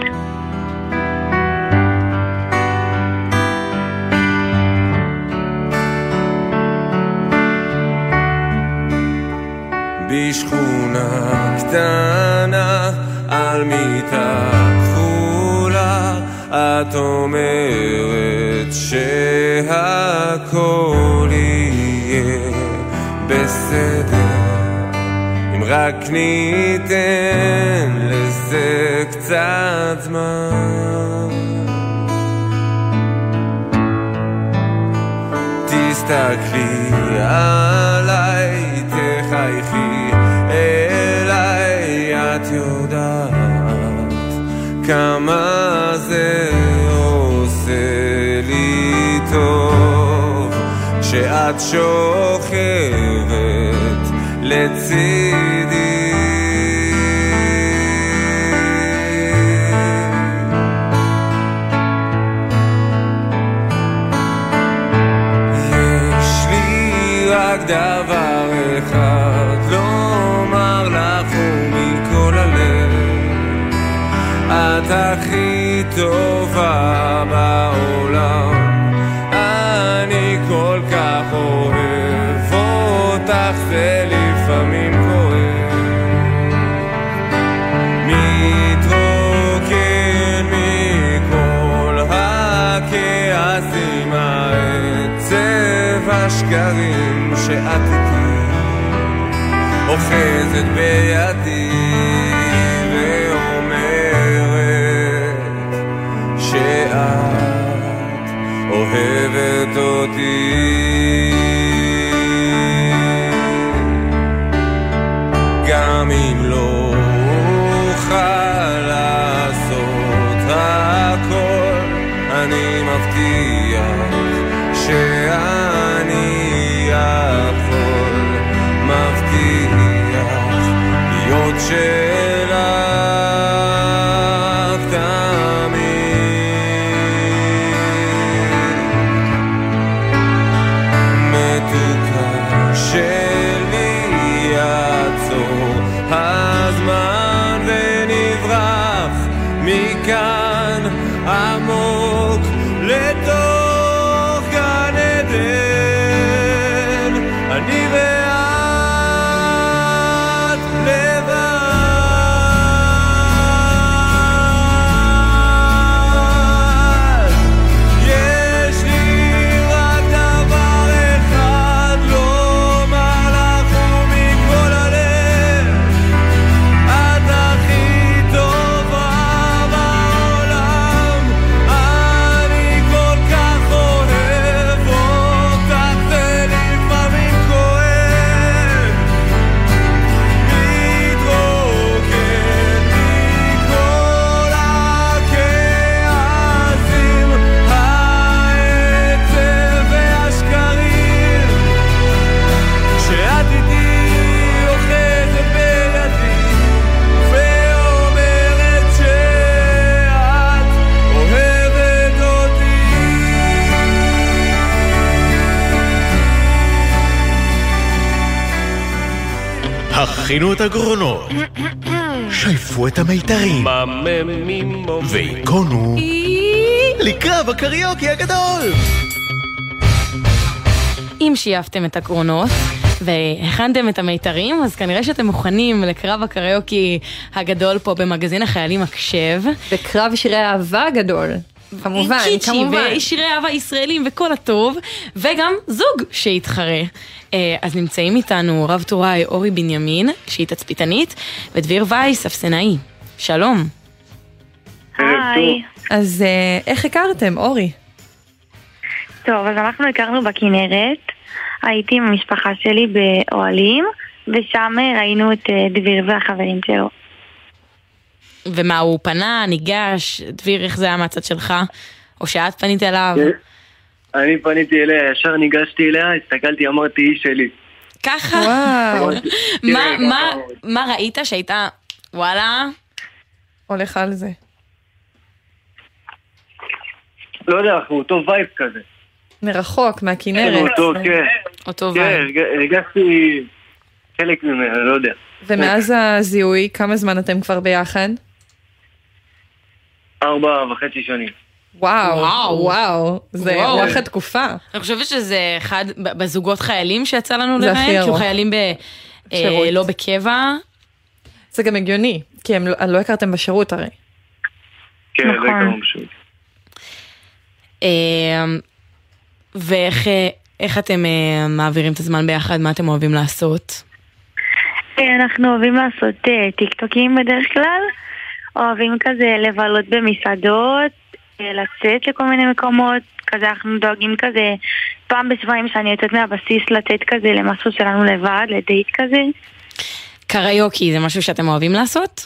בשכונה קטנה על מיטה כחולה את אומרת שהכל יהיה בסדר אם רק ניתן לזה קצת זמן תסתכלי עליי תחייכי אליי את יודעת כמה זה עושה לי טוב שאת שוכבת לצידי יש לי רק דבר אחד לומר לך ומכל הלב את הכי טובה בעולם אני כל כך אוהב אותך ולפעמים כואב השקרים שאת איתי אוחזת בידי ואומרת שאת אוהבת אותי גם אם לא אוכל לעשות הכל אני מבטיח שאני יכול מבטיח להיות שלך תמיד מתוקה שלי יעצור הזמן ונברח מכאן עמוק לתוך גן עדן אני ואת לבד יש לי רק דבר אחד לומר לך ומכל הלב את הכי טובה בעולם אני כל כך אוהב אותך ולפעמים כואב מתרוקן מכל הכעסים העצב והשקרים שאת איתי אוחזת בידי ואומרת שאת אוהבת אותי הכינו את הגרונות, שייפו את המיתרים, ויקונו לקרב הקריוקי הגדול. אם שייפתם את הקרונות והכנתם את המיתרים, אז כנראה שאתם מוכנים לקרב הקריוקי הגדול פה במגזין החיילים הקשב. בקרב שירי האהבה הגדול. כמובן, כמובן. ושירי אהבה ישראלים וכל הטוב, וגם זוג שיתחרה. אז נמצאים איתנו רב טוראי אורי בנימין, שהיא תצפיתנית, ודביר וייס, אפסנאי. שלום. היי. אז איך הכרתם, אורי? טוב, אז אנחנו הכרנו בכנרת, הייתי עם המשפחה שלי באוהלים, ושם ראינו את דביר והחברים שלו. ומה, הוא פנה, ניגש, דביר, איך זה היה מהצד שלך? או שאת פנית אליו? אני פניתי אליה, ישר ניגשתי אליה, הסתכלתי, אמרתי, היא שלי. ככה? וואו. מה, מה, מה ראית שהייתה, וואלה? הולך על זה. לא יודע, הוא אותו וייב כזה. מרחוק, מהכנרת. אותו, כן. אותו וייב. כן, הרגשתי חלק ממנו, לא יודע. ומאז הזיהוי, כמה זמן אתם כבר ביחד? ארבע וחצי שנים. וואו, וואו, וואו, זה רוח התקופה. אני חושבת שזה אחד בזוגות חיילים שיצא לנו לראיין, כי הוא חיילים לא בקבע. זה גם הגיוני, כי לא הכרתם בשירות הרי. כן, לא הכרנו בשירות. ואיך אתם מעבירים את הזמן ביחד? מה אתם אוהבים לעשות? אנחנו אוהבים לעשות טיקטוקים בדרך כלל, אוהבים כזה לבלות במסעדות, לצאת לכל מיני מקומות, כזה אנחנו דואגים כזה פעם בשבועיים שאני יוצאת מהבסיס לצאת כזה למשהו שלנו לבד, לדייט כזה. קריוקי זה משהו שאתם אוהבים לעשות?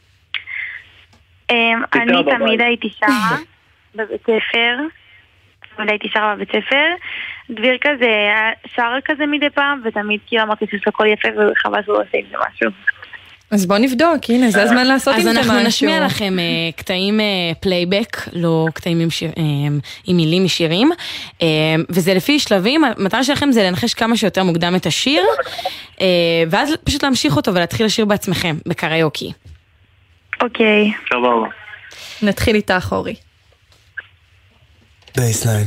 אני תמיד הייתי שרה בבית ספר, תמיד הייתי שרה בבית ספר, דביר כזה שר כזה מדי פעם, ותמיד כאילו אמרתי שיש לו קול יפה וחבל שהוא עושה עם זה משהו. אז בוא נבדוק, הנה, זה הזמן לעשות עם זה משהו. אז אנחנו נשמיע לכם קטעים פלייבק, לא קטעים עם מילים משירים, וזה לפי שלבים. המטרה שלכם זה לנחש כמה שיותר מוקדם את השיר, ואז פשוט להמשיך אותו ולהתחיל לשיר בעצמכם, בקריוקי. אוקיי. סבבה. נתחיל איתך, אורי. בייסליין.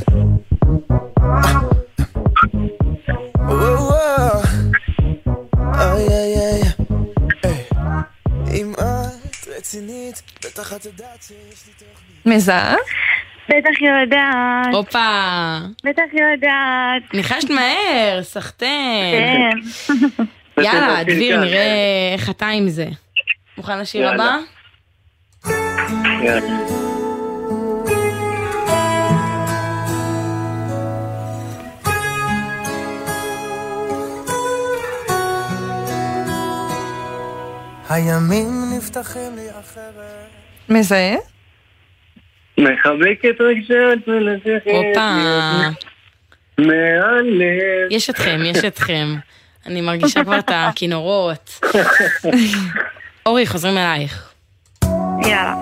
איי איי איי אם את רצינית בטח את יודעת שיש לי תוכנית מזהה? בטח יודעת. הופה. בטח יודעת. ניחשת מהר, סחטן. כן. יאללה, דביר, נראה איך אתה עם זה. מוכן לשיר הבא? יאללה. הימים נפתחים לי אחרת. מזהה? מחבקת רגשת ולשכת. הופה. מעל לב. יש אתכם, יש אתכם. אני מרגישה כבר את הכינורות. אורי, חוזרים אלייך. יאללה.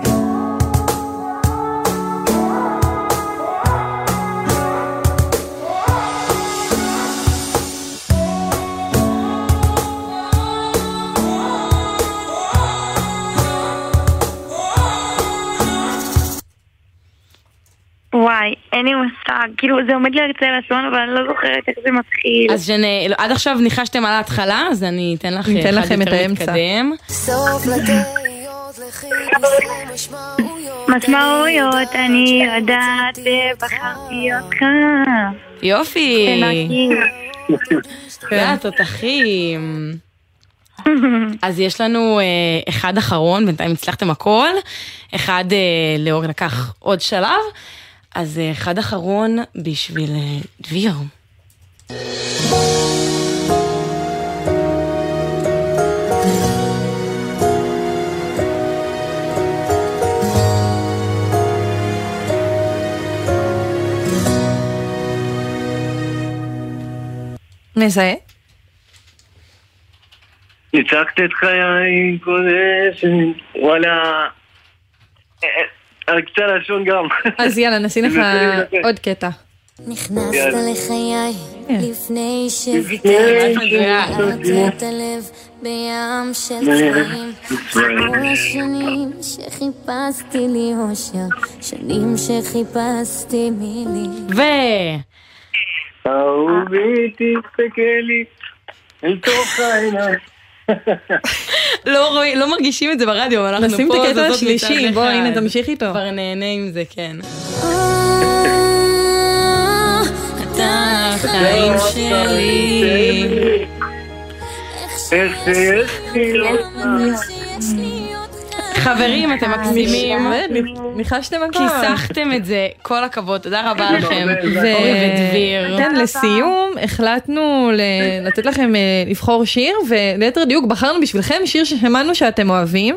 וואי, אין לי מושג, כאילו זה עומד לי על קצה הלשון, אבל אני לא זוכרת איך זה מתחיל. אז עד עכשיו ניחשתם על ההתחלה, אז אני אתן לך אחד יותר מתקדם. סוף לתהיות לחיפוש משמעויות. משמעויות, אני יודעת ובחרתי אותך. יופי. תנקי. תותחים. אז יש לנו אחד אחרון, בינתיים הצלחתם הכל. אחד לאור לקח עוד שלב. אז אחד אחרון בשביל דביר. מזהה? ניצחת את חיי קודש, וואלה, על קצה לשון גם. אז יאללה, נשים לך עוד קטע. נכנסת לחיי לפני שוויתרתי את הלב בים של צבעים. כל השנים שחיפשתי לי אושר, שנים שחיפשתי מילים. ו... אהובי תסתכלי אל תוך העיניים. לא מרגישים את זה ברדיו, אבל אנחנו פה. נשים את הקטע השלישי, בוא הנה תמשיך איתו. כבר נהנה עם זה, כן. אתה החיים שלי, איך שיש לי חברים, אתם מקסימים. ניחשתם הכל. כיסחתם את זה, כל הכבוד, תודה רבה לכם, אורי ודביר. כן, לסיום החלטנו לתת לכם לבחור שיר, וליתר דיוק בחרנו בשבילכם שיר ששמענו שאתם אוהבים.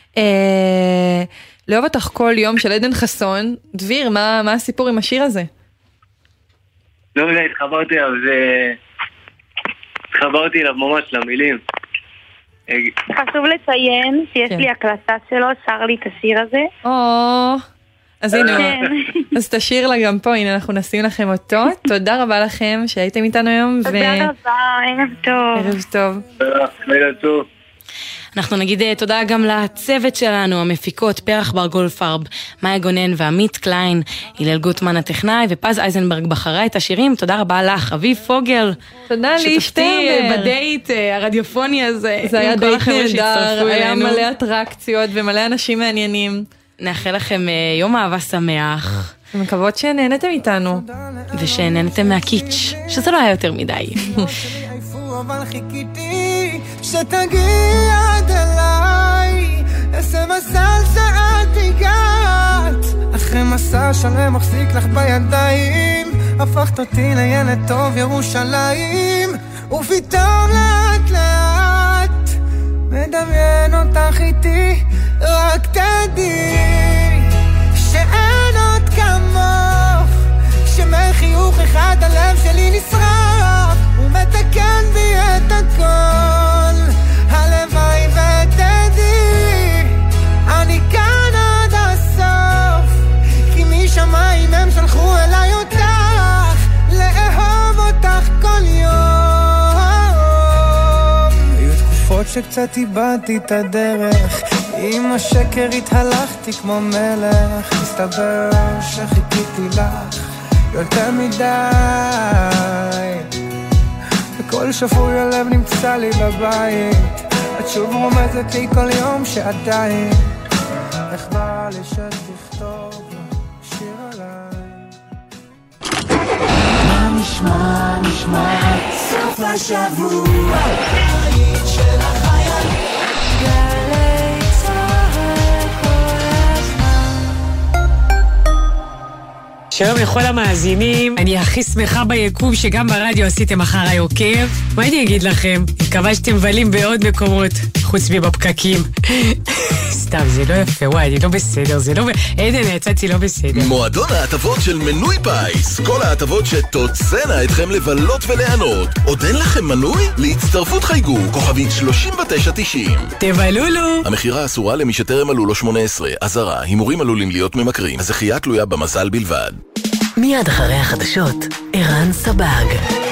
לאהוב אותך כל יום של עדן חסון. דביר, מה הסיפור עם השיר הזה? לא יודע, התחברתי אליו, זה... התחברתי אליו ממש למילים. חשוב לציין שיש לי הקלטה שלו, שר לי את השיר הזה. או, אז הנה, אז תשאיר לה גם פה, הנה אנחנו נשים לכם אותו. תודה רבה לכם שהייתם איתנו היום. תודה רבה, ערב טוב. ערב טוב. ערב טוב. אנחנו נגיד תודה גם לצוות שלנו, המפיקות פרח בר גולדפרב, מאיה גונן ועמית קליין, הלל גוטמן הטכנאי ופז אייזנברג בחרה את השירים. תודה רבה לך, אביב פוגל. תודה לי, שתפתי בדייט הרדיופוני הזה. זה היה דייט נהדר, היה מלא אטרקציות ומלא אנשים מעניינים. נאחל לכם יום אהבה שמח. ומקוות שנהנתם איתנו. ושנהנתם מהקיץ', שזה לא היה יותר מדי. אבל חיכיתי שתגיע עד אליי, איזה מזל שאת הגעת, אחרי מסע שלם מחזיק לך בידיים, הפכת אותי לילד טוב ירושלים, ופתאום לאט לאט מדמיין אותך איתי, רק תדעי שאין עוד כמוך, שמחיוך אחד הלב שלי נשרף ומתקן בי את הכל, הלוואי ותדעי אני כאן עד הסוף, כי משמיים הם שלחו אליי אותך, לאהוב אותך כל יום. היו תקופות שקצת איבדתי את הדרך, עם השקר התהלכתי כמו מלך, מסתבר שחיכיתי לך יותר מדי, וכל שפוי הלב נמצא לי בבית, את שוב רומזת לי כל יום שעדיין איך בא לי שתכתוב שיר עליי. נשמע, נשמע סוף השבוע היית של החיילים גלי צהל כל הזמן. שלום לכל המאזינים, אני הכי שמחה ביקום שגם ברדיו עשיתם אחריי עוקב. מה אני אגיד לכם? מקווה שאתם מבלים בעוד מקומות חוץ מבפקקים. סתם, זה לא יפה, וואי, אני לא בסדר, זה לא... עדן, יצאתי לא בסדר. מועדון ההטבות של מנוי פיס, כל ההטבות שתוצאנה אתכם לבלות וליהנות. עוד אין לכם מנוי? להצטרפות חייגו, כוכבית שלושים ותשע תשעים. תבלולו! המחירה אסורה למי שטרם מלאו לו שמונה עשרה. אזהרה, הימורים עלולים להיות ממכרים. הזכייה תלויה במזל בלבד. מיד אחרי החדשות, ערן סבג.